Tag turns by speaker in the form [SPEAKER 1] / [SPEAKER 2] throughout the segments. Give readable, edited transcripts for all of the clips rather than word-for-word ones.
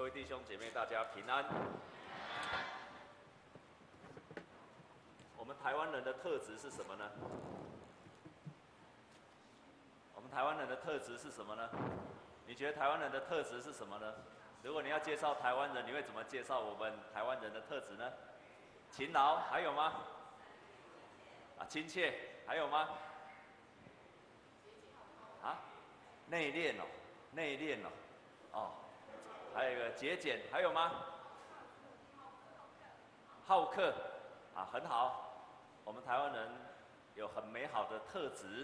[SPEAKER 1] 位弟兄姐妹，大家平安。我们台湾人的特质是什么呢？我们台湾人的特质是什么呢？你觉得台湾人的特质是什么呢？如果你要介绍台湾人，你会怎么介绍我们台湾人的特质呢？勤劳，还有吗？亲切，还有吗？内敛哦，内敛哦，还有一个节俭，还有吗？好客，很好。我们台湾人有很美好的特质。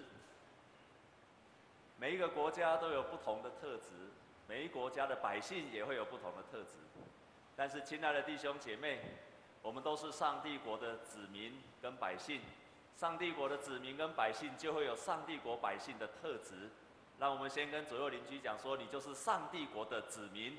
[SPEAKER 1] 每一个国家都有不同的特质，每一国家的百姓也会有不同的特质。但是，亲爱的弟兄姐妹，我们都是上帝国的子民跟百姓。上帝国的子民跟百姓就会有上帝国百姓的特质。让我们先跟左右邻居讲说，你就是上帝国的子民。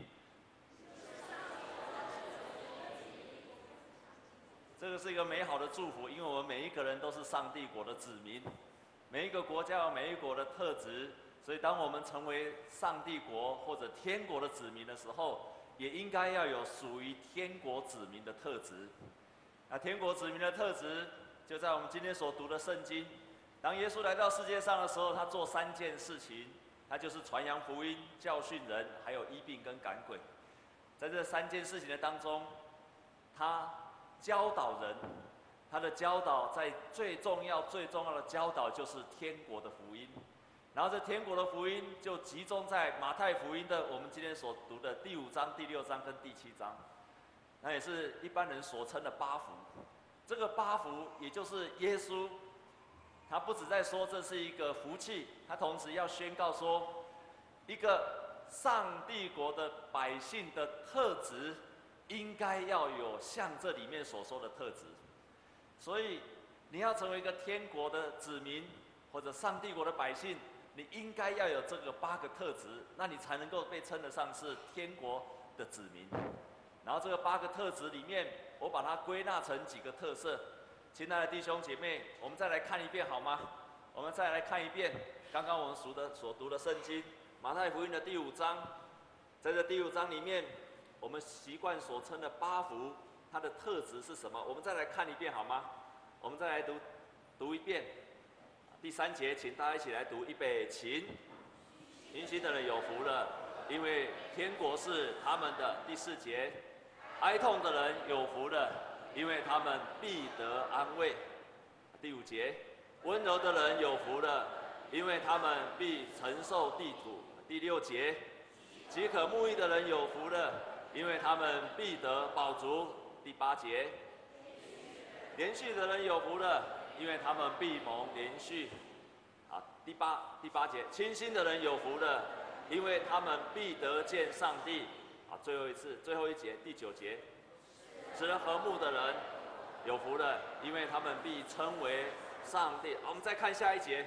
[SPEAKER 1] 这个是一个美好的祝福，因为我们每一个人都是上帝国的子民。每一个国家有每一国的特质，所以当我们成为上帝国或者天国的子民的时候，也应该要有属于天国子民的特质。那天国子民的特质，就在我们今天所读的圣经。当耶稣来到世界上的时候，他做3件事情，他就是传扬福音、教训人，还有医病跟赶鬼。在这3件事情的当中，他教导人，他的教导在最重要的教导就是天国的福音。然后这天国的福音就集中在马太福音的我们今天所读的第5章、第6章跟第7章，那也是一般人所称的8福。这个8福也就是耶稣，他不只在说这是一个福气，他同时要宣告说，一个上帝国的百姓的特质，应该要有像这里面所说的特质。所以，你要成为一个天国的子民，或者上帝国的百姓，你应该要有这个8个特质，那你才能够被称得上是天国的子民。然后这个8个特质里面，我把它归纳成几个特色。亲爱的弟兄姐妹，我们再来看一遍好吗？我们再来看一遍刚刚我们所读的圣经，马太福音的第5章。在这第5章里面，我们习惯所称的8福，它的特质是什么？我们再来看一遍好吗？我们再来读一遍。第3节，请大家一起来读，预备，起。殷勤的人有福了，因为天国是他们的。第4节，哀痛的人有福了，因为他们必得安慰。第5节，温柔的人有福了，因为他们必承受地土。第6节，饥渴慕义的人有福了，因为他们必得饱足。第8节，连续的人有福了，因为他们必蒙连续。第八节，清心的人有福了，因为他们必得见上帝。最后一节，第9节，使人和睦的人有福了，因为他们必称为上帝。我们再看下一节。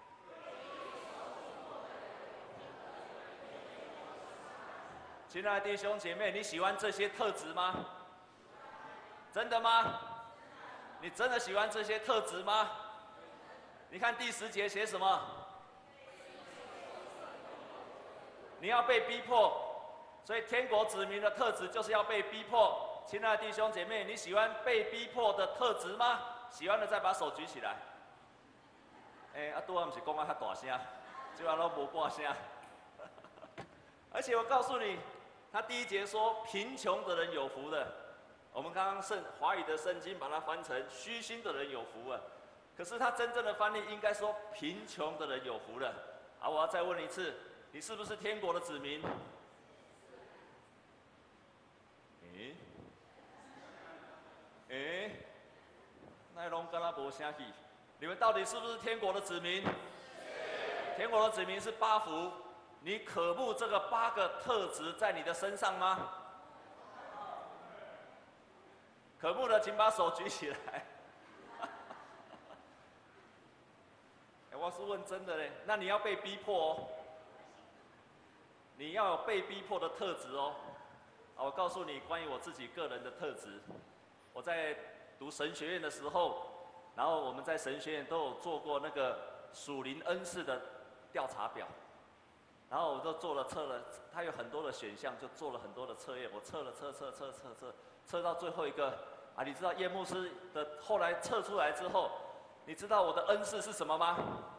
[SPEAKER 1] 亲爱的弟兄姐妹，你喜欢这些特质吗？真的吗？你真的喜欢这些特质吗？你看第10节写什么？你要被逼迫，所以天国子民的特质就是要被逼迫。亲爱的弟兄姐妹，你喜欢被逼迫的特质吗？喜欢的再把手举起来。拄仔不是讲啊较大声，这下都无半声。而且我告诉你，他第1节说贫穷的人有福了。我们刚刚华语的圣经把它翻成虚心的人有福了。可是他真正的翻译应该说贫穷的人有福了。我要再问一次，你是不是天国的子民？那拢敢若无声气。你们到底是不是天国的子民？天国的子民是8福，你渴慕这个8个特质在你的身上吗？渴慕的，请把手举起来。我是问真的嘞，那你要被逼迫哦，你要有被逼迫的特质哦。我告诉你关于我自己个人的特质，我在读神学院的时候，然后我们在神学院都有做过那个属灵恩赐的调查表。 然后我就测了，它有很多的选项，就做了很多的测验。我测到最后一个啊，你知道叶牧师的后来测出来之后，你知道我的恩赐是什么吗？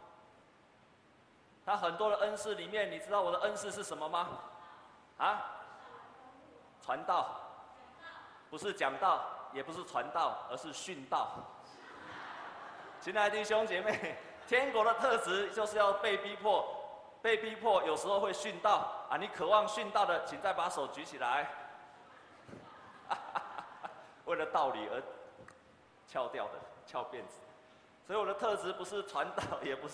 [SPEAKER 1] 他很多的恩赐里面，你知道我的恩赐是什么吗？啊？传道，不是讲道，也不是传道，而是训道。亲爱的弟兄姐妹，天国的特质就是要被逼迫。被逼迫有时候会殉道啊！你渴望殉道的，请再把手举起来。为了道理而翘掉的，翘辫子。所以我的特质不是传道，也不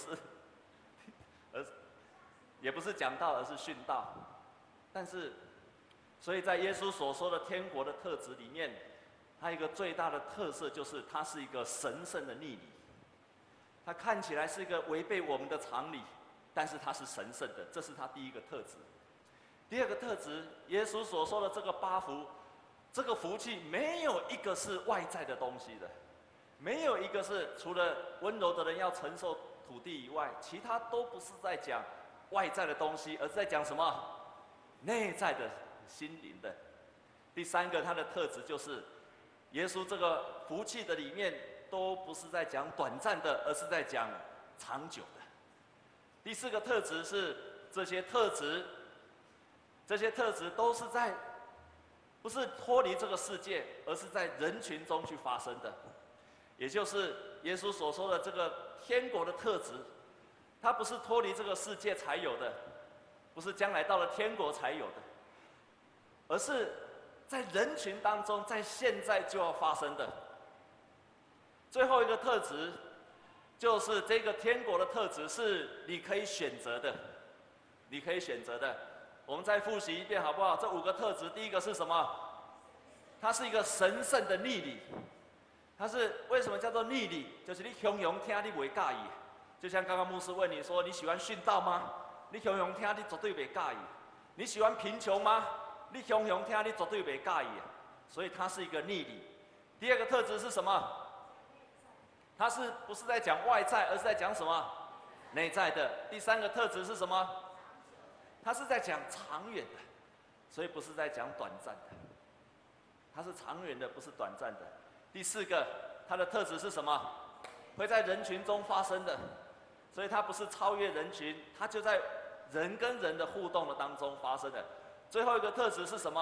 [SPEAKER 1] 是讲道，而是殉道。但是，所以在耶稣所说的天国的特质里面，它一个最大的特色就是它是一个神圣的逆理。它看起来是一个违背我们的常理。但是它是神圣的，这是它第一个特质。第二个特质，耶稣所说的这个八福，这个福气没有一个是外在的东西的，没有一个是除了温柔的人要承受土地以外，其他都不是在讲外在的东西，而是在讲什么？内在的心灵的。第三个，它的特质就是，耶稣这个福气的里面都不是在讲短暂的，而是在讲长久的。第四个特质是这些特质都是在，不是脱离这个世界，而是在人群中去发生的，也就是耶稣所说的这个天国的特质，它不是脱离这个世界才有的，不是将来到了天国才有的，而是在人群当中，在现在就要发生的。最后一个特质。就是这个天国的特质是你可以选择的，你可以选择的。我们再复习一遍好不好？这5个特质，第一个是什么？它是一个神圣的逆理。它是为什么叫做逆理？就是你雄雄听你不会介意。就像刚刚牧师问你说，你喜欢殉道吗？你雄雄听你绝对不会介意。你喜欢贫穷吗？你雄雄听你绝对不会介意。所以它是一个逆理。第二个特质是什么？它是不是在讲外在，而是在讲什么？内在的。第三个特质是什么？它是在讲长远的，所以不是在讲短暂的。它是长远的，不是短暂的。第四个，它的特质是什么？会在人群中发生的，所以它不是超越人群，它就在人跟人的互动的当中发生的。最后一个特质是什么？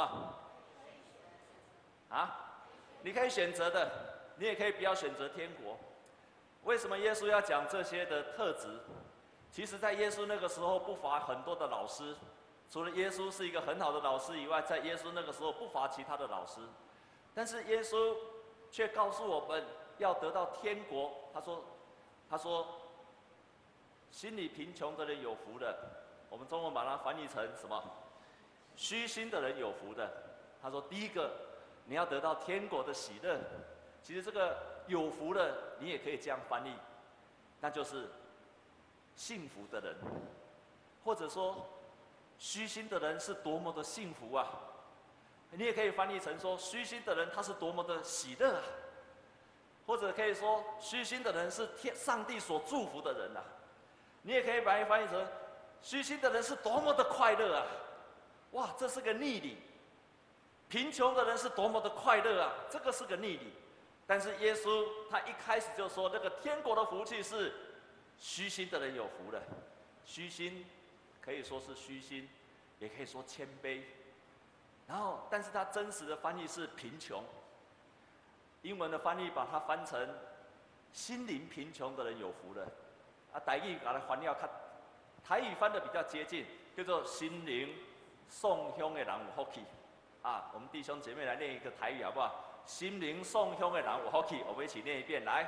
[SPEAKER 1] 啊？你可以选择的，你也可以不要选择天国。为什么耶稣要讲这些的特质？其实，在耶稣那个时候不乏很多的老师，除了耶稣是一个很好的老师以外，在耶稣那个时候不乏其他的老师。但是耶稣却告诉我们要得到天国。他说，心里贫穷的人有福的。我们中文把它翻译成什么？虚心的人有福的。他说，第一个，你要得到天国的喜乐。其实这个有福的，你也可以这样翻译，那就是幸福的人，或者说虚心的人是多么的幸福啊！你也可以翻译成说，虚心的人他是多么的喜乐啊，或者可以说，虚心的人是上帝所祝福的人啊。你也可以把它翻译成，虚心的人是多么的快乐啊！哇，这是个逆理。贫穷的人是多么的快乐啊！这个是个逆理。但是耶稣他一开始就说，那个天国的福气是虚心的人有福的。虚心可以说是虚心，也可以说谦卑。然后，但是它真实的翻译是贫穷。英文的翻译把它翻成心灵贫穷的人有福的。啊，台语把它翻译台语翻的比较接近，叫做心灵送香的人有福气。啊，我们弟兄姐妹来念一个台语好不好？心灵送香的人有福气，我们一起念一遍来。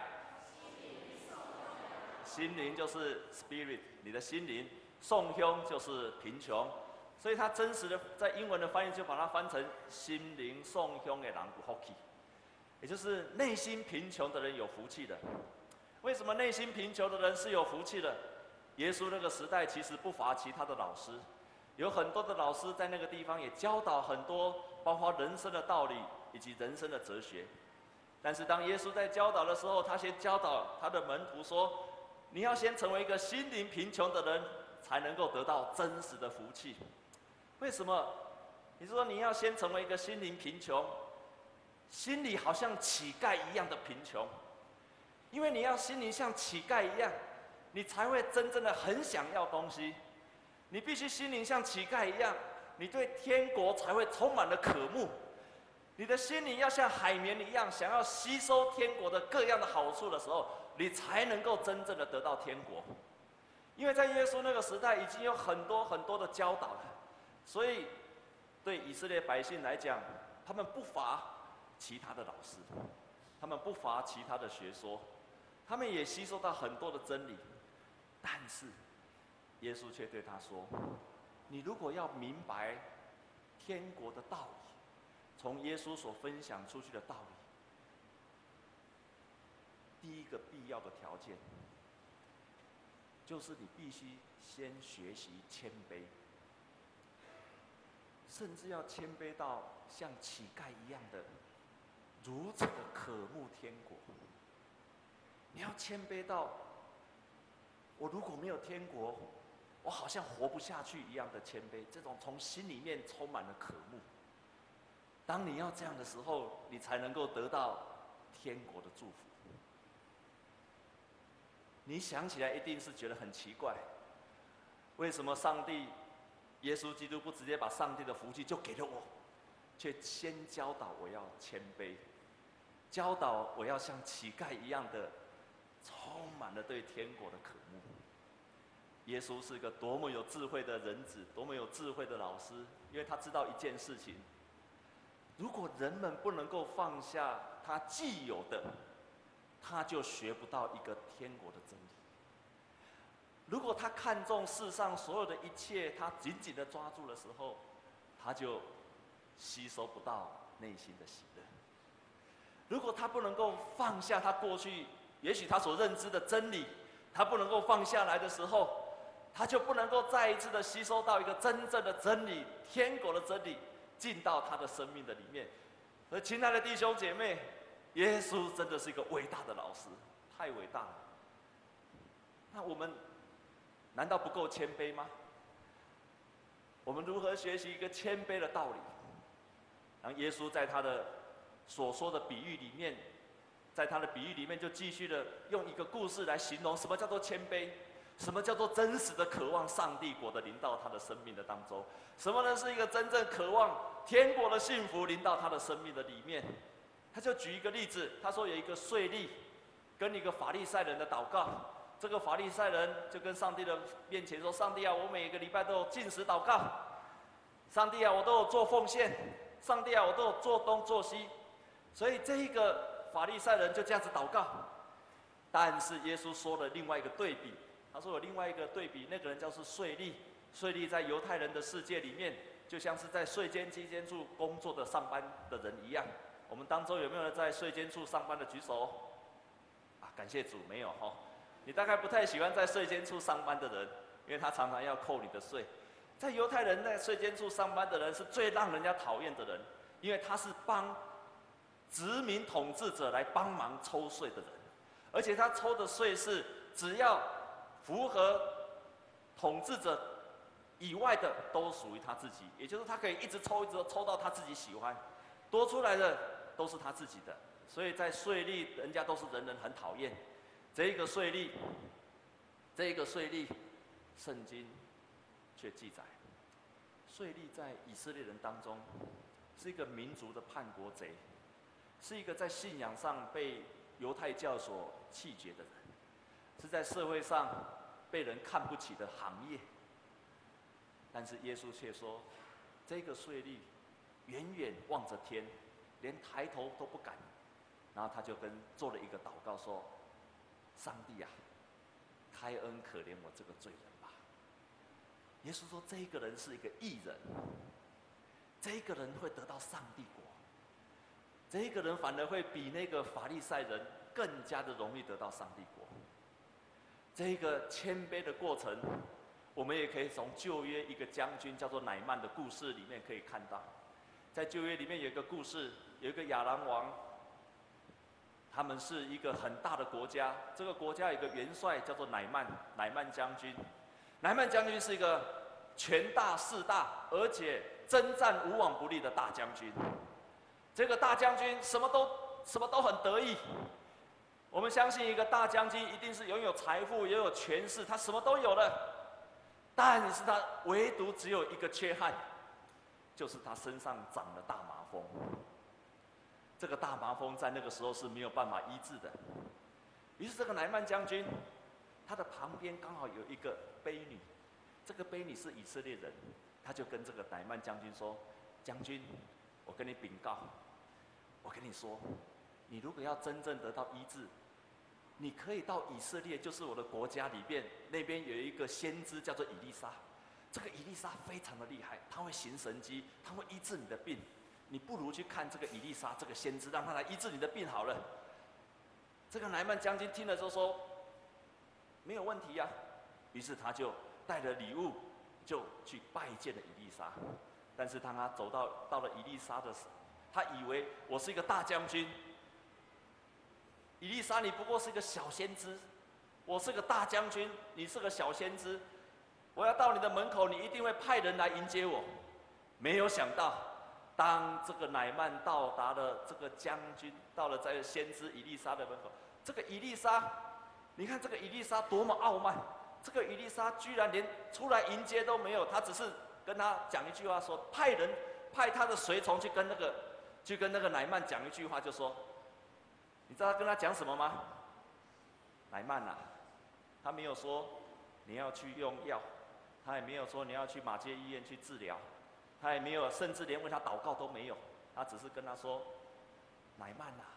[SPEAKER 1] 心灵就是 spirit， 你的心灵；送香就是贫穷，所以它真实的在英文的翻译就把它翻成心灵送香的人有福气，也就是内心贫穷的人有福气的。为什么内心贫穷的人是有福气的？耶稣那个时代其实不乏其他的老师，有很多的老师在那个地方也教导很多，包括人生的道理以及人生的哲学。但是当耶稣在教导的时候，他先教导他的门徒说：你要先成为一个心灵贫穷的人， 才能够得到真实的福气。为什么？你说你要先成为一个心灵贫穷，心里好像乞丐一样的贫穷，因为你要心灵像乞丐一样，你才会真正的很想要东西。你必须心灵像乞丐一样，你对天国才会充满了渴慕。你的心灵要像海绵一样，想要吸收天国的各样的好处的时候，你才能够真正的得到天国。因为在耶稣那个时代，已经有很多很多的教导了，所以对以色列百姓来讲，他们不乏其他的老师，他们不乏其他的学说，他们也吸收到很多的真理，但是耶稣却对他说：“你如果要明白天国的道理，从耶稣所分享出去的道理，第一个必要的条件，就是你必须先学习谦卑，甚至要谦卑到像乞丐一样的，如此的渴慕天国。你要谦卑到，我如果没有天国，我好像活不下去一样的谦卑，这种从心里面充满了渴慕。当你要这样的时候，你才能够得到天国的祝福。你想起来一定是觉得很奇怪，为什么上帝、耶稣基督不直接把上帝的福气就给了我，却先教导我要谦卑，教导我要像乞丐一样的，充满了对天国的渴慕。耶稣是一个多么有智慧的人子，多么有智慧的老师，因为他知道一件事情：如果人们不能够放下他既有的，他就学不到一个天国的真理。如果他看重世上所有的一切，他紧紧的抓住的时候，他就吸收不到内心的喜乐。如果他不能够放下他过去也许他所认知的真理，他不能够放下来的时候，他就不能够再一次的吸收到一个真正的真理，天国的真理进到他的生命的里面。而亲爱的弟兄姐妹，耶稣真的是一个伟大的老师，太伟大了。那我们难道不够谦卑吗？我们如何学习一个谦卑的道理？然后耶稣在他的所说的比喻里面，在他的比喻里面就继续的用一个故事来形容什么叫做谦卑，什么叫做真实的渴望上帝国的临到他的生命的当中，什么呢是一个真正渴望天国的幸福临到他的生命的里面。他就举一个例子，他说有一个税吏跟一个法利赛人的祷告，这个法利赛人就跟上帝的面前说：上帝啊，我每个礼拜都有禁食祷告，上帝啊，我都有做奉献，上帝啊，我都有做东做西。所以这一个法利赛人就这样子祷告。但是耶稣说了另外一个对比，他说有另外一个对比，那个人叫是税吏。税吏在犹太人的世界里面，就像是在税监稽监处工作的上班的人一样。我们当中有没有人在税监处上班的举手？啊，感谢主，没有哈。你大概不太喜欢在税监处上班的人，因为他常常要扣你的税。在犹太人在税监处上班的人是最让人家讨厌的人，因为他是帮殖民统治者来帮忙抽税的人，而且他抽的税是只要符合统治者以外的都属于他自己，也就是他可以一直抽，一直抽到他自己喜欢，多出来的都是他自己的。所以在税吏，人家都是人人很讨厌。这一个税吏，圣经却记载，税吏在以色列人当中是一个民族的叛国贼，是一个在信仰上被犹太教所弃绝的人，是在社会上被人看不起的行业。但是耶稣却说，这个税吏远远望着天，连抬头都不敢。然后他就做了一个祷告说：上帝啊，开恩可怜我这个罪人吧。耶稣说，这个人是一个义人，这个人会得到上帝国，这个人反而会比那个法利赛人更加的容易得到上帝国。这个谦卑的过程，我们也可以从旧约一个将军叫做乃曼的故事里面可以看到。在旧约里面有一个故事，有一个亚兰王，他们是一个很大的国家，这个国家有一个元帅叫做乃曼将军。 乃縵将军是一个权大势大，而且征战无往不利的大将军。这个大将军什么都很得意。我们相信一个大将军一定是拥有财富，拥有权势，他什么都有了。但是他唯独只有一个缺憾，就是他身上长了大麻风。这个大麻风在那个时候是没有办法医治的。于是这个乃縵将军，他的旁边刚好有一个婢女，这个婢女是以色列人，他就跟这个乃縵将军说：“将军，我跟你禀告，我跟你说，你如果要真正得到医治，你可以到以色列，就是我的国家里面，那边有一个先知叫做以利沙。这个以利沙非常的厉害，他会行神迹，他会医治你的病。你不如去看这个以利沙这个先知，让他来医治你的病好了。”这个乃縵将军听了之后说：“没有问题呀。”于是他就带着礼物，就去拜见了以利沙。但是当他走到了以利沙的时候，他以为我是一个大将军，以利沙你不过是一个小先知，我是个大将军，你是个小先知，我要到你的门口，你一定会派人来迎接我。没有想到，当这个乃縵到达了这个将军，到了在先知以利沙的门口，这个以利沙，你看这个以利沙多么傲慢，这个以利沙居然连出来迎接都没有，他只是跟他讲一句话说，派他的随从去跟那个乃縵讲一句话，就说，你知道他跟他讲什么吗？乃縵啊，他没有说你要去用药，他也没有说你要去马街医院去治疗，他也没有，甚至连为他祷告都没有，他只是跟他说，乃縵啊，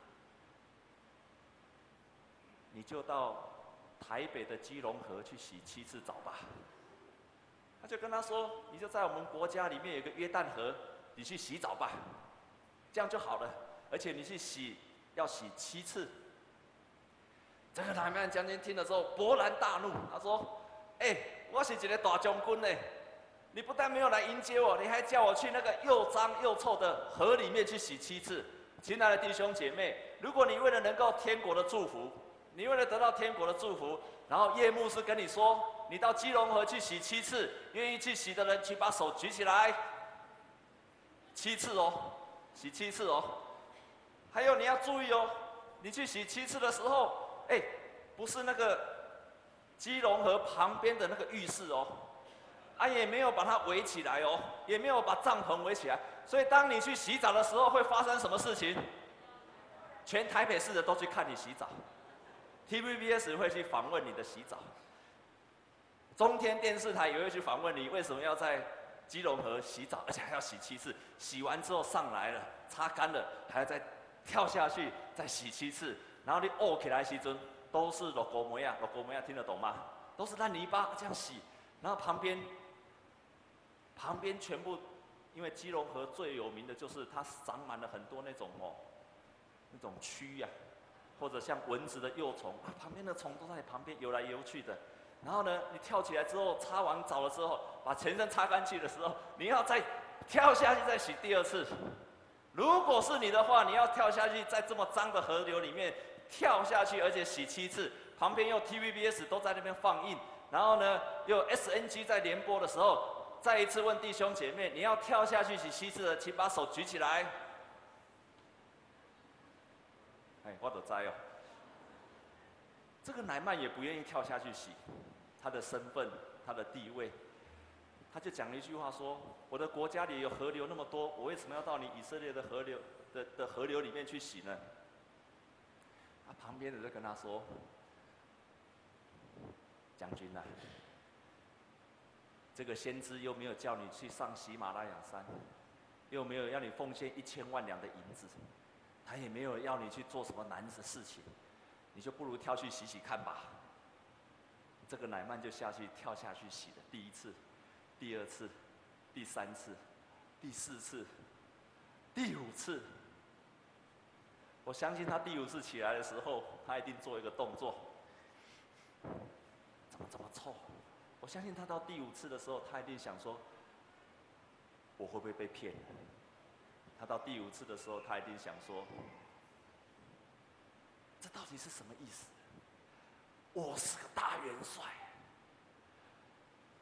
[SPEAKER 1] 你就到台北的基隆河去洗7次澡吧。他就跟他说，你就在我们国家里面有个约旦河，你去洗澡吧，这样就好了。而且你去洗要洗7次。这个乃縵将军听了之后勃然大怒，他说：“我是一个大将军呢，你不但没有来迎接我，你还叫我去那个又脏又臭的河里面去洗7次。”亲爱的弟兄姐妹，如果你为了能够天国的祝福，你为了得到天国的祝福，然后叶牧师跟你说，你到基隆河去洗7次，愿意去洗的人，请把手举起来。7次哦，洗7次哦。还有你要注意哦，你去洗7次的时候，不是那个基隆河旁边的那个浴室哦，也没有把它围起来哦，也没有把帐篷围起来。所以当你去洗澡的时候，会发生什么事情？全台北市的都去看你洗澡。TVBS 会去访问你的洗澡，中天电视台也会去访问你为什么要在基隆河洗澡，而且还要洗7次。洗完之后上来了，擦干了，还要再跳下去再洗7次。然后你起来的时阵都是落狗模样，落狗模样听得懂吗？都是烂泥巴这样洗，然后旁边全部，因为基隆河最有名的就是它长满了很多那种蛆呀。或者像蚊子的幼虫，旁边的虫都在你旁边游来游去的。然后呢，你跳起来之后，擦完澡了之后，把全身擦干净的时候，你要再跳下去再洗第2次。如果是你的话，你要跳下去，在这么脏的河流里面跳下去，而且洗7次，旁边又 TVBS 都在那边放映，然后呢，又 SNG 在联播的时候，再一次问弟兄姐妹，你要跳下去洗7次的，请把手举起来。我都知哦。这个乃縵也不愿意跳下去洗，他的身份，他的地位，他就讲了一句话说：“我的国家里有河流那么多，我为什么要到你以色列的河流里面去洗呢？”他旁边的就跟他说：“将军啊，这个先知又没有叫你去上喜马拉雅山，又没有要你奉献1000万两的银子。”他也没有要你去做什么难的事情，你就不如跳去洗洗看吧。这个乃縵就跳下去洗了第1次、第2次、第3次、第4次、第5次。我相信他第5次起来的时候，他一定做一个动作，怎么这么臭？我相信他到第5次的时候，他一定想说，我会不会被骗？他到第5次的时候，他一定想说：“这到底是什么意思？我是个大元帅，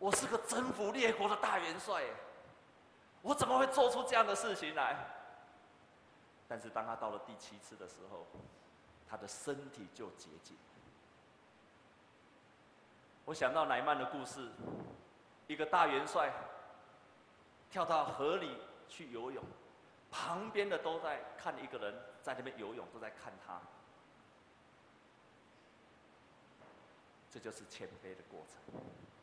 [SPEAKER 1] 我是个征服列国的大元帅耶，我怎么会做出这样的事情来？但是当他到了第7次的时候，他的身体就洁净。我想到乃縵的故事，一个大元帅跳到河里去游泳，旁边的都在看一个人在那边游泳，都在看他。这就是谦卑的过程。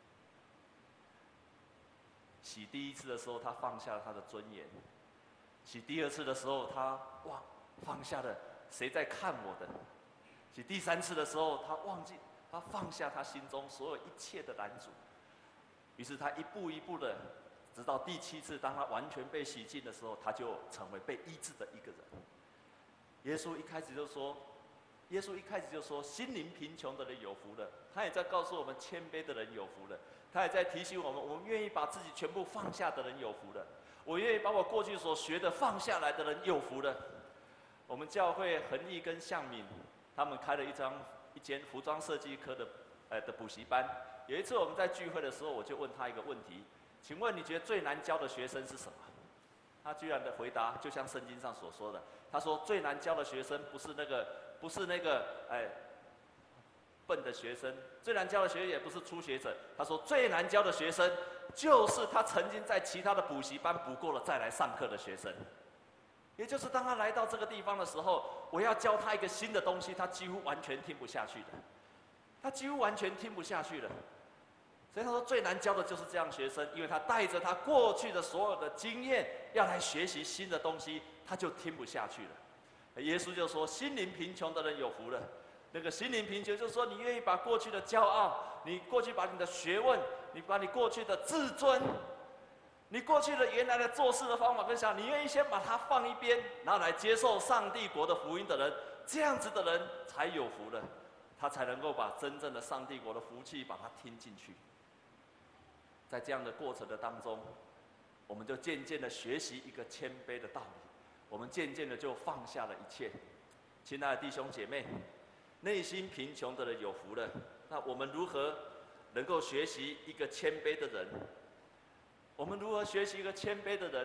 [SPEAKER 1] 洗第1次的时候，他放下了他的尊严；洗第2次的时候，他放下了谁在看我的；洗第3次的时候，他放下他心中所有一切的拦阻。于是他一步一步的，直到第7次，当他完全被洗净的时候，他就成为被医治的一个人。耶稣一开始就说，心灵贫穷的人有福了。他也在告诉我们，谦卑的人有福了。他也在提醒我们，我们愿意把自己全部放下的人有福了。我愿意把我过去所学的放下来的人有福了。我们教会恒毅跟向敏，他们开了一间服装设计科的补习班。有一次我们在聚会的时候，我就问他一个问题：请问你觉得最难教的学生是什么？他居然的回答就像圣经上所说的，他说最难教的学生不是那个笨的学生，最难教的学生也不是初学者。他说最难教的学生就是他曾经在其他的补习班补过了再来上课的学生。也就是当他来到这个地方的时候，我要教他一个新的东西，他几乎完全听不下去的。他几乎完全听不下去了。所以他说最难教的就是这样学生，因为他带着他过去的所有的经验要来学习新的东西，他就听不下去了。耶稣就说心灵贫穷的人有福了。那个心灵贫穷就是说，你愿意把过去的骄傲，你过去把你的学问，你把你过去的自尊，你过去的原来的做事的方法跟想，你愿意先把它放一边，然后来接受上帝国的福音的人，这样子的人才有福了，他才能够把真正的上帝国的福气把它听进去。在这样的过程的当中，我们就渐渐的学习一个谦卑的道理，我们渐渐的就放下了一切。亲爱的弟兄姐妹，内心贫穷的人有福了。那我们如何能够学习一个谦卑的人？我们如何学习一个谦卑的人？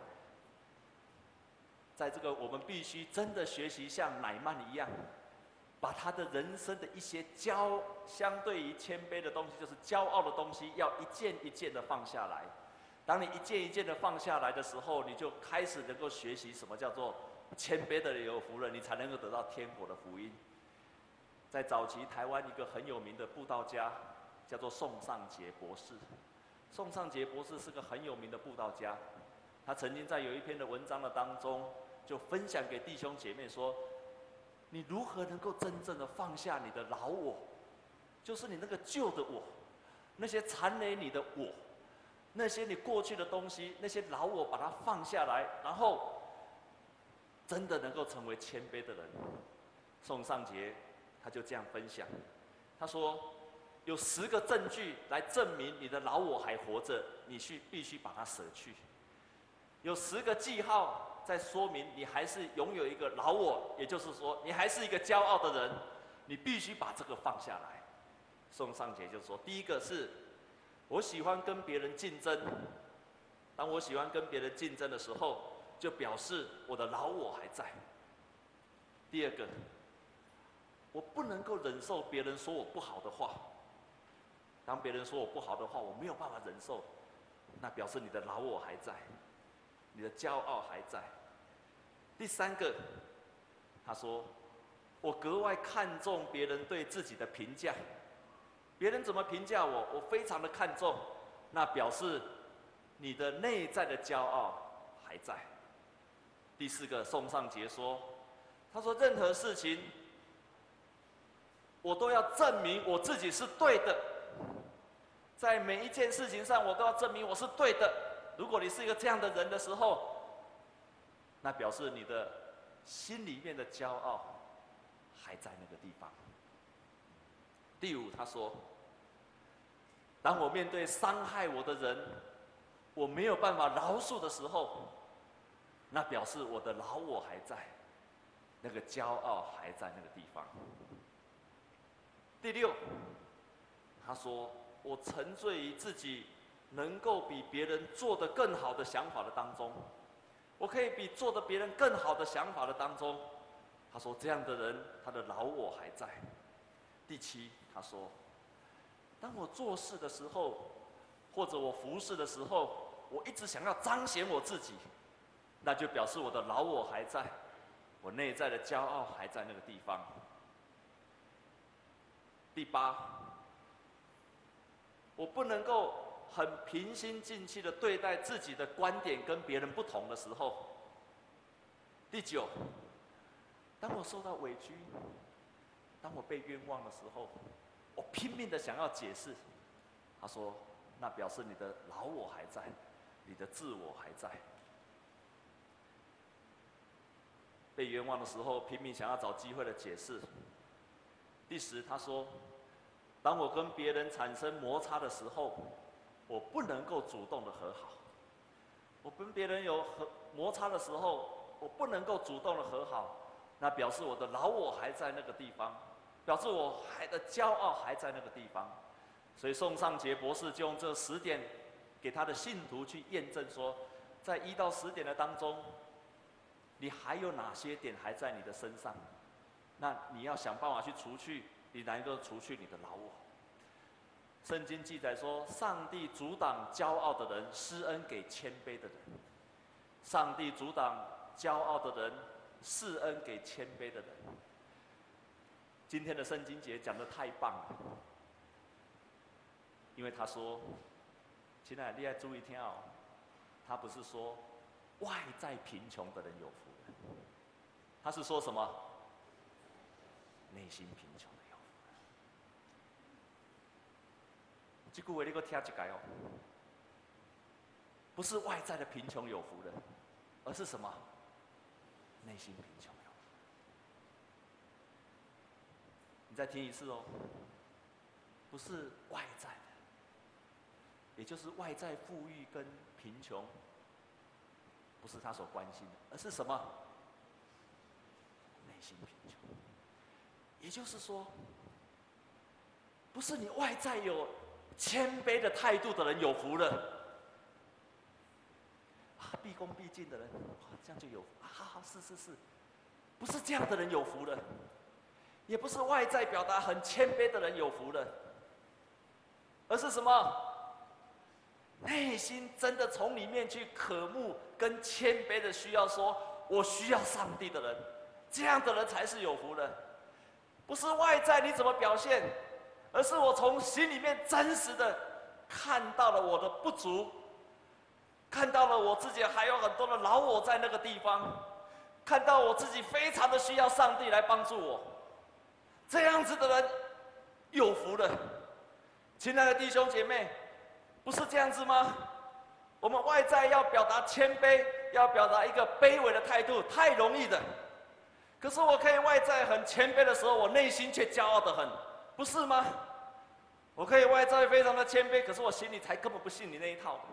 [SPEAKER 1] 在这个我们必须真的学习像乃縵一样，把他的人生的一些相对于谦卑的东西，就是骄傲的东西，要一件一件的放下来。当你一件一件的放下来的时候，你就开始能够学习什么叫做谦卑的人有福了，你才能够得到天国的福音。在早期台湾一个很有名的布道家，叫做宋尚杰博士。宋尚杰博士是个很有名的布道家，他曾经在有一篇的文章的当中，就分享给弟兄姐妹说，你如何能够真正的放下你的老我，就是你那个旧的我，那些缠累你的我，那些你过去的东西，那些老我把它放下来，然后真的能够成为谦卑的人。宋尚杰他就这样分享，他说有10个证据来证明你的老我还活着，你必须把它舍去。有10个记号在说明你还是拥有一个老我，也就是说你还是一个骄傲的人，你必须把这个放下来。宋尚杰就说，第一个是我喜欢跟别人竞争，当我喜欢跟别人竞争的时候，就表示我的老我还在。第二个，我不能够忍受别人说我不好的话，当别人说我不好的话，我没有办法忍受，那表示你的老我还在，你的骄傲还在。第三个，他说我格外看重别人对自己的评价，别人怎么评价我，我非常的看重，那表示你的内在的骄傲还在。第四个，宋尚杰说，他说任何事情我都要证明我自己是对的，在每一件事情上我都要证明我是对的。如果你是一个这样的人的时候，那表示你的心里面的骄傲还在那个地方。第五，他说，当我面对伤害我的人，我没有办法饶恕的时候，那表示我的老我还在，那个骄傲还在那个地方。第六，他说我沉醉于自己能够比别人做得更好的想法的当中，我可以比做得别人更好的想法的当中。他说这样的人，他的老我还在。第七，他说，当我做事的时候，或者我服侍的时候，我一直想要彰显我自己，那就表示我的老我还在，我内在的骄傲还在那个地方。第八，我不能够很平心静气的对待自己的观点跟别人不同的时候。第九，当我受到委屈，当我被冤枉的时候，我拼命的想要解释。他说，那表示你的老我还在，你的自我还在。被冤枉的时候，拼命想要找机会的解释。第十，他说，当我跟别人产生摩擦的时候，我不能够主动的和好。我跟别人有摩擦的时候，我不能够主动的和好，那表示我的老我还在那个地方，表示我的骄傲还在那个地方。所以宋尚杰博士就用这10点给他的信徒去验证说，在1到10点的当中，你还有哪些点还在你的身上？那你要想办法去除去，你能够除去你的老我。圣经记载说，上帝阻挡骄傲的人，施恩给谦卑的人。上帝阻挡骄傲的人，施恩给谦卑的人。今天的圣经节讲得太棒了，因为他说，亲爱的，你要注意听哦，他不是说外在贫穷的人有福了，他是说什么？内心贫穷的有福了。这句话你给我听一下哦，不是外在的贫穷有福了，而是什么？内心贫穷有福。你再听一次哦，不是外在的，也就是外在富裕跟贫穷，不是他所关心的，而是什么？内心贫穷。也就是说，不是你外在有谦卑的态度的人有福了，毕恭毕敬的人，这样就有福啊！是，不是这样的人有福了，也不是外在表达很谦卑的人有福了，而是什么？内心真的从里面去渴慕跟谦卑的需要说，我需要上帝的人，这样的人才是有福的。不是外在你怎么表现，而是我从心里面真实的看到了我的不足，看到了我自己还有很多的老我在那个地方，看到我自己非常的需要上帝来帮助我，这样子的人有福了。亲爱的弟兄姐妹，不是这样子吗？我们外在要表达谦卑，要表达一个卑微的态度，太容易的。可是我可以外在很谦卑的时候，我内心却骄傲得很，不是吗？我可以外在非常的谦卑，可是我心里才根本不信你那一套。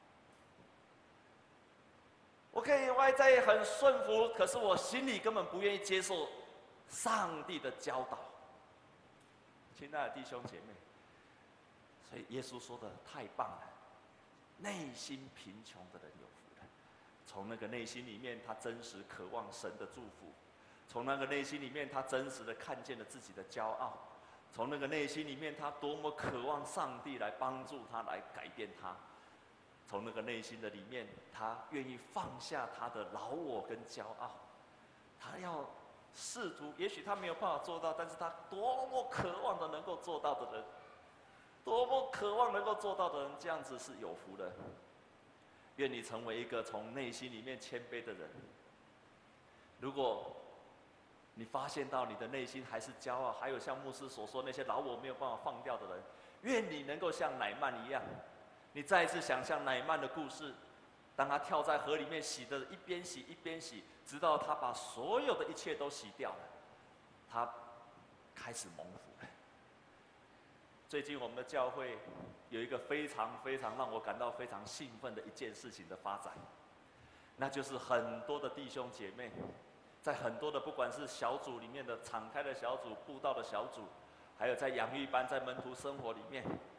[SPEAKER 1] 我可以外在很顺服，可是我心里根本不愿意接受上帝的教导。亲爱的弟兄姐妹，所以耶稣说的太棒了，内心贫穷的人有福了。从那个内心里面，他真实渴望神的祝福。从那个内心里面，他真实的看见了自己的骄傲；从那个内心里面，他多么渴望上帝来帮助他，来改变他；从那个内心的里面，他愿意放下他的老我跟骄傲，他要试图，也许他没有办法做到，但是他多么渴望的能够做到的人，多么渴望能够做到的人，这样子是有福的。愿你成为一个从内心里面谦卑的人。如果你发现到你的内心还是骄傲，还有像牧师所说那些老我没有办法放掉的人，愿你能够像乃縵一样，你再一次想象乃縵的故事，当他跳在河里面洗的，一边洗一边洗，直到他把所有的一切都洗掉了，他开始蒙福了。最近我们的教会有一个非常让我感到非常兴奋的一件事情的发展，那就是很多的弟兄姐妹，在很多的不管是小组里面的敞开的小组、布道的小组，还有在养育班、在门徒生活里面，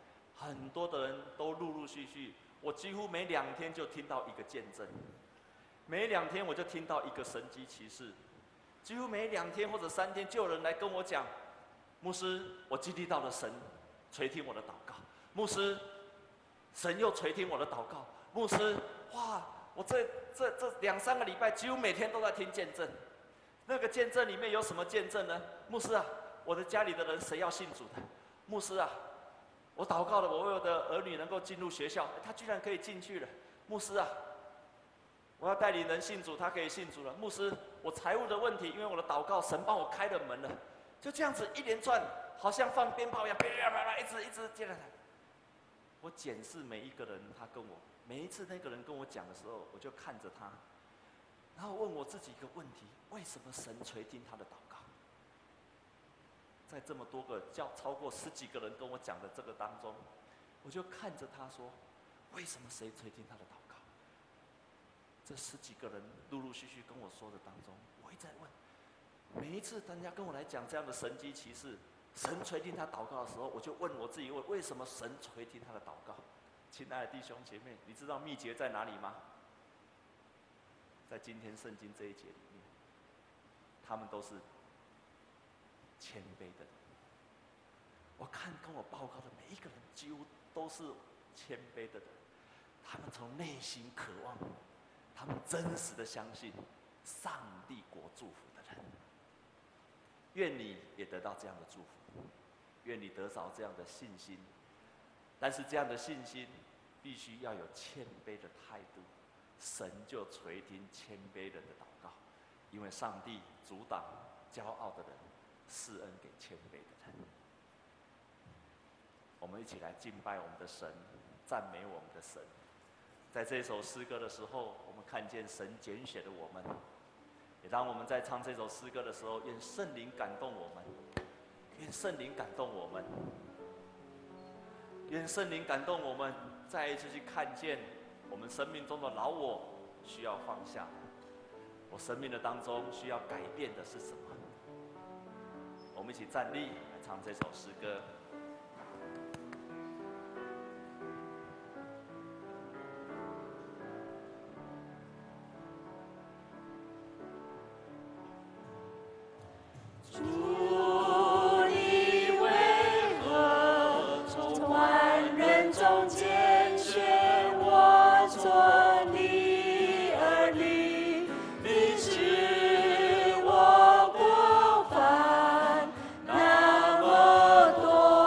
[SPEAKER 1] 很多的人都陆陆续续，我几乎每2天就听到一个见证，每2天我就听到一个神迹奇事，几乎每2天或者3天就有人来跟我讲，牧师，我经历到了神垂听我的祷告，牧师，神又垂听我的祷告，牧师，哇，我这2、3个礼拜几乎每天都在听见证，那个见证里面有什么见证呢？牧师啊，我的家里的人谁要信主的？牧师啊，我祷告了，我为我的儿女能够进入学校，他居然可以进去了。牧师啊，我要带领人信主，他可以信主了。牧师，我财务的问题，因为我的祷告，神帮我开了门了。就这样子一连串，好像放鞭炮一样，一直接着来。我检视每一个人，他跟我每一次那个人跟我讲的时候，我就看着他，然后问我自己一个问题：为什么神垂听他的祷告？在这么多个超过10几个人跟我讲的这个当中，我就看着他说：为什么谁垂听他的祷告？这10几个人陆陆续续跟我说的当中，我一直在问。每一次人家跟我来讲这样的神迹奇事，神垂听他祷告的时候，我就问我自己：为什么神垂听他的祷告？亲爱的弟兄姐妹，你知道秘诀在哪里吗？在今天圣经这一节里面，他们都是谦卑的人。我看跟我报告的每一个人，几乎都是谦卑的人。他们从内心渴望，他们真实的相信上帝国祝福的人。愿你也得到这样的祝福，愿你得着这样的信心。但是这样的信心必须要有谦卑的态度，神就垂听谦卑人的祷告，因为上帝阻挡骄傲的人，施恩给谦卑的人。我们一起来敬拜我们的神，赞美我们的神。在这首诗歌的时候，我们看见神拣选了我们，也当我们在唱这首诗歌的时候，愿圣灵感动我们，愿圣灵感动我们，愿圣灵感动我们，再一次去看见我们生命中的老我需要放下，我生命的当中需要改变的是什么？我们一起站立来唱这首诗歌。
[SPEAKER 2] 那么多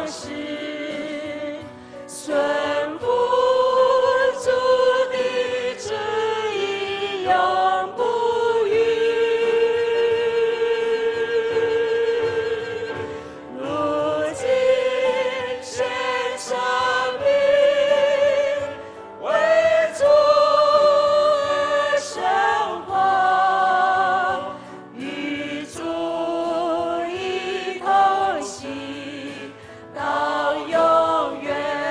[SPEAKER 2] 样式，顺服主的旨意，永不渝。如今献上命，为主生活，与主一同行到永远。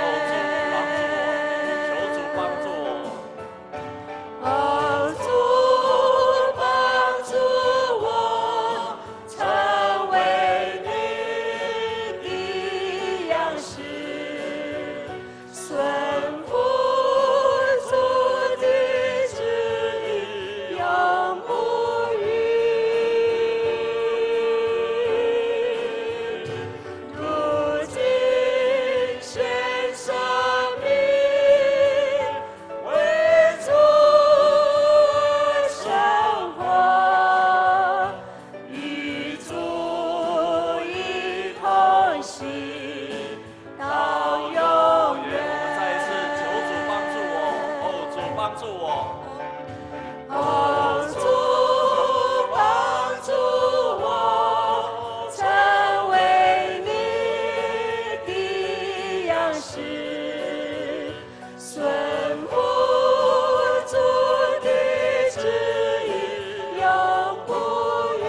[SPEAKER 1] 求主帮助我，
[SPEAKER 2] 哦，主帮助我，成为你的样式，顺服主的旨意，永不渝。如今献上命，为主生活，与主一同行到永远。
[SPEAKER 1] 再一次求主帮助我，哦，主帮助我。
[SPEAKER 2] 哦，主帮助我，成为你的样式，顺服主的旨意，永不渝。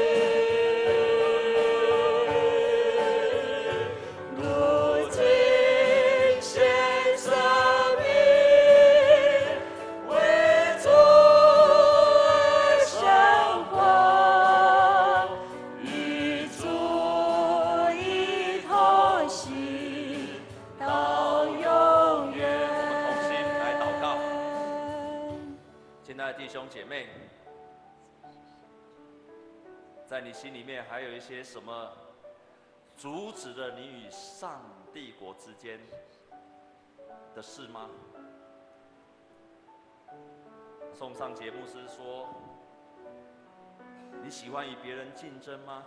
[SPEAKER 2] 如今献上命，为主生活，与主一同行到永远。
[SPEAKER 1] 我们同心来祷告。亲爱的弟兄姐妹，在你心里面还有一些什么阻止了你与上帝国之间的事吗？宋尚节牧师说：“你喜欢与别人竞争吗？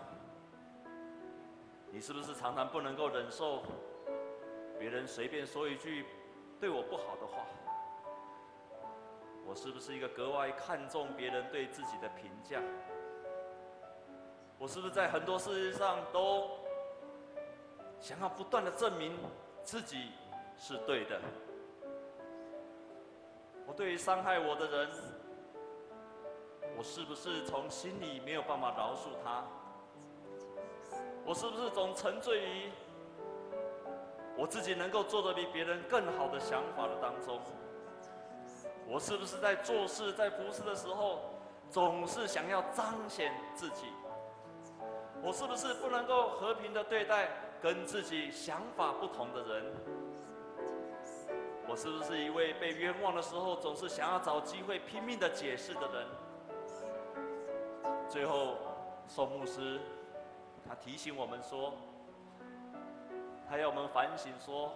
[SPEAKER 1] 你是不是常常不能够忍受别人随便说一句对我不好的话？我是不是一个格外看重别人对自己的评价？我是不是在很多事情上都想要不断的证明自己是对的？我对于伤害我的人，我是不是从心里没有办法饶恕他？我是不是总沉醉于我自己能够做得比别人更好的想法的当中？我是不是在做事、在服事的时候，总是想要彰显自己？我是不是不能够和平的对待跟自己想法不同的人？我是不是一位被冤枉的时候，总是想要找机会拼命的解释的人？最后，宋牧师他提醒我们说，他要我们反省说，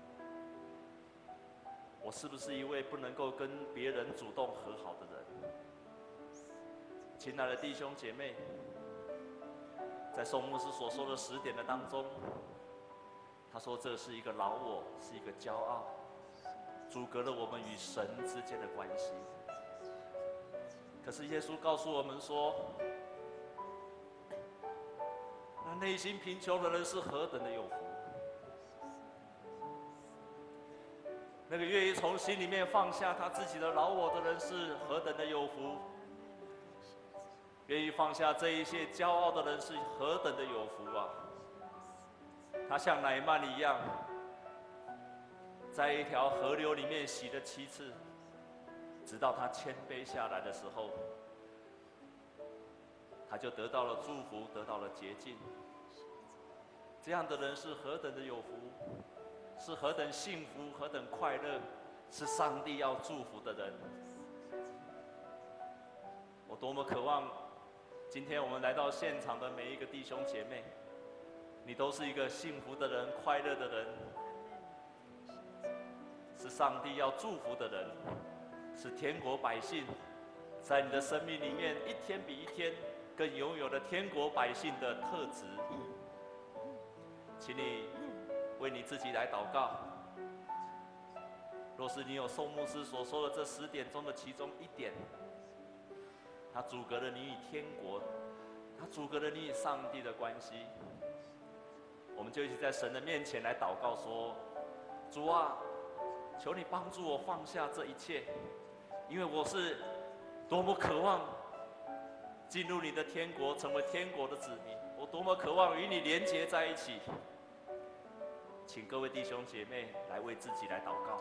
[SPEAKER 1] 我是不是一位不能够跟别人主动和好的人？亲爱的弟兄姐妹，在宋牧师所说的10点的当中，他说这是一个老我，是一个骄傲，阻隔了我们与神之间的关系。可是耶稣告诉我们说，那内心贫穷的人是何等的有福。那个愿意从心里面放下他自己的老我的人是何等的有福。愿意放下这一切骄傲的人是何等的有福啊！他像乃縵一样，在一条河流里面洗了7次，直到他谦卑下来的时候，他就得到了祝福，得到了洁净。这样的人是何等的有福，是何等幸福，何等快乐，是上帝要祝福的人。我多么渴望，今天我们来到现场的每一个弟兄姐妹，你都是一个幸福的人，快乐的人，是上帝要祝福的人，是天国百姓，在你的生命里面一天比一天更拥有了天国百姓的特质。请你为你自己来祷告。若是你有宋牧师所说的这10点中的其中1点，它阻隔了你与天国，它阻隔了你与上帝的关系，我们就一起在神的面前来祷告说：主啊，求你帮助我放下这一切，因为我是多么渴望进入你的天国，成为天国的子民，我多么渴望与你连结在一起。请各位弟兄姐妹来为自己来祷告。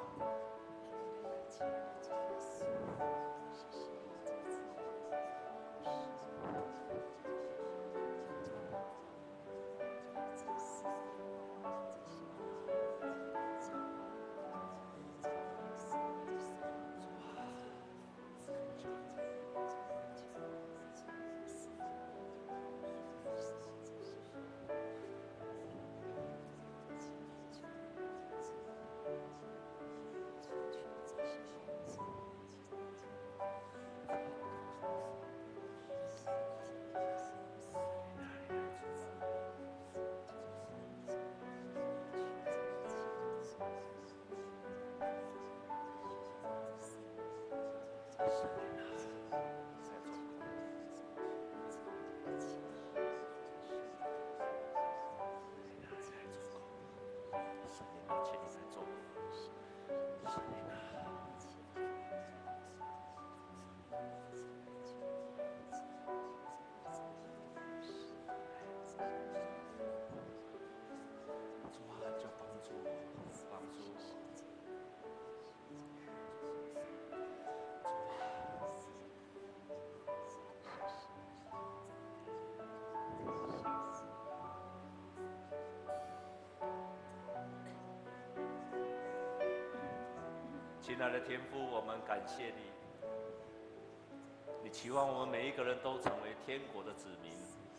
[SPEAKER 1] 亲爱的天父，我们感谢你，你期望我们每一个人都成为天国的子民，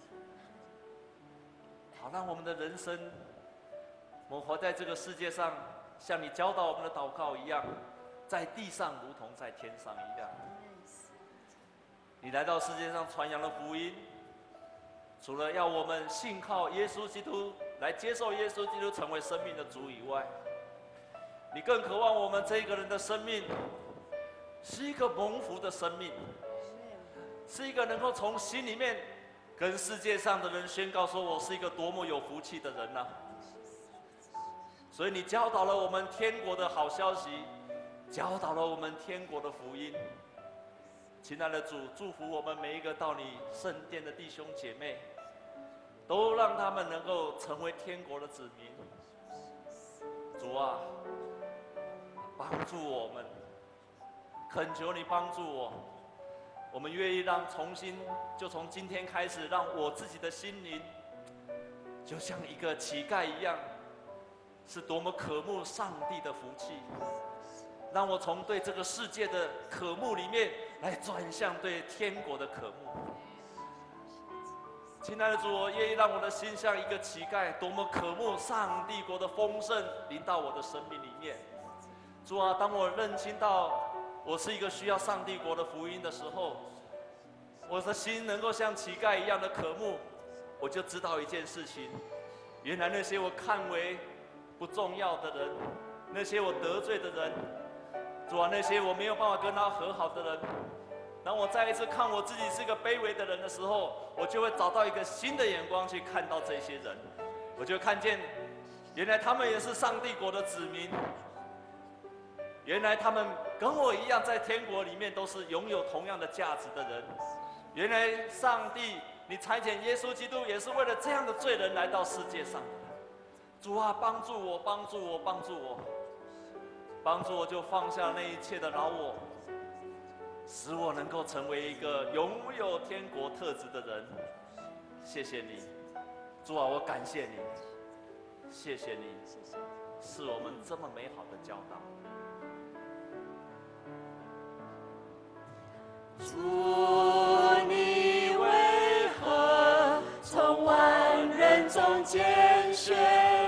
[SPEAKER 1] 好让我们的人生，我们活在这个世界上，像你教导我们的祷告一样，在地上如同在天上一样。你来到世界上传扬了福音，除了要我们信靠耶稣基督，来接受耶稣基督成为生命的主以外，你更渴望我们这一个人的生命是一个蒙福的生命，是一个能够从心里面跟世界上的人宣告说，我是一个多么有福气的人啊。所以你教导了我们天国的好消息，教导了我们天国的福音。亲爱的主，祝福我们每一个到你圣殿的弟兄姐妹，都让他们能够成为天国的子民。主啊，帮助我们，恳求你帮助我。我们愿意让就从今天开始，让我自己的心灵，就像一个乞丐一样，是多么渴慕上帝的福气。让我从对这个世界的渴慕里面，来转向对天国的渴慕。亲爱的主，我愿意让我的心像一个乞丐，多么渴慕上帝国的丰盛临到我的生命里面。主啊，当我认清到我是一个需要上帝国的福音的时候，我的心能够像乞丐一样的渴慕，我就知道一件事情：原来那些我看为不重要的人，那些我得罪的人，主啊，那些我没有办法跟他和好的人，当我再一次看我自己是一个卑微的人的时候，我就会找到一个新的眼光去看到这些人，我就看见，原来他们也是上帝国的子民。原来他们跟我一样，在天国里面都是拥有同样的价值的人。原来上帝，你差遣耶稣基督也是为了这样的罪人来到世界上。主啊，帮助我，帮助我，帮助我，帮助我，就放下那一切的老我，使我能够成为一个拥有天国特质的人。谢谢你，主啊，我感谢你，谢谢你，是我们这么美好的教导。
[SPEAKER 2] 主，你为何从万人中拣选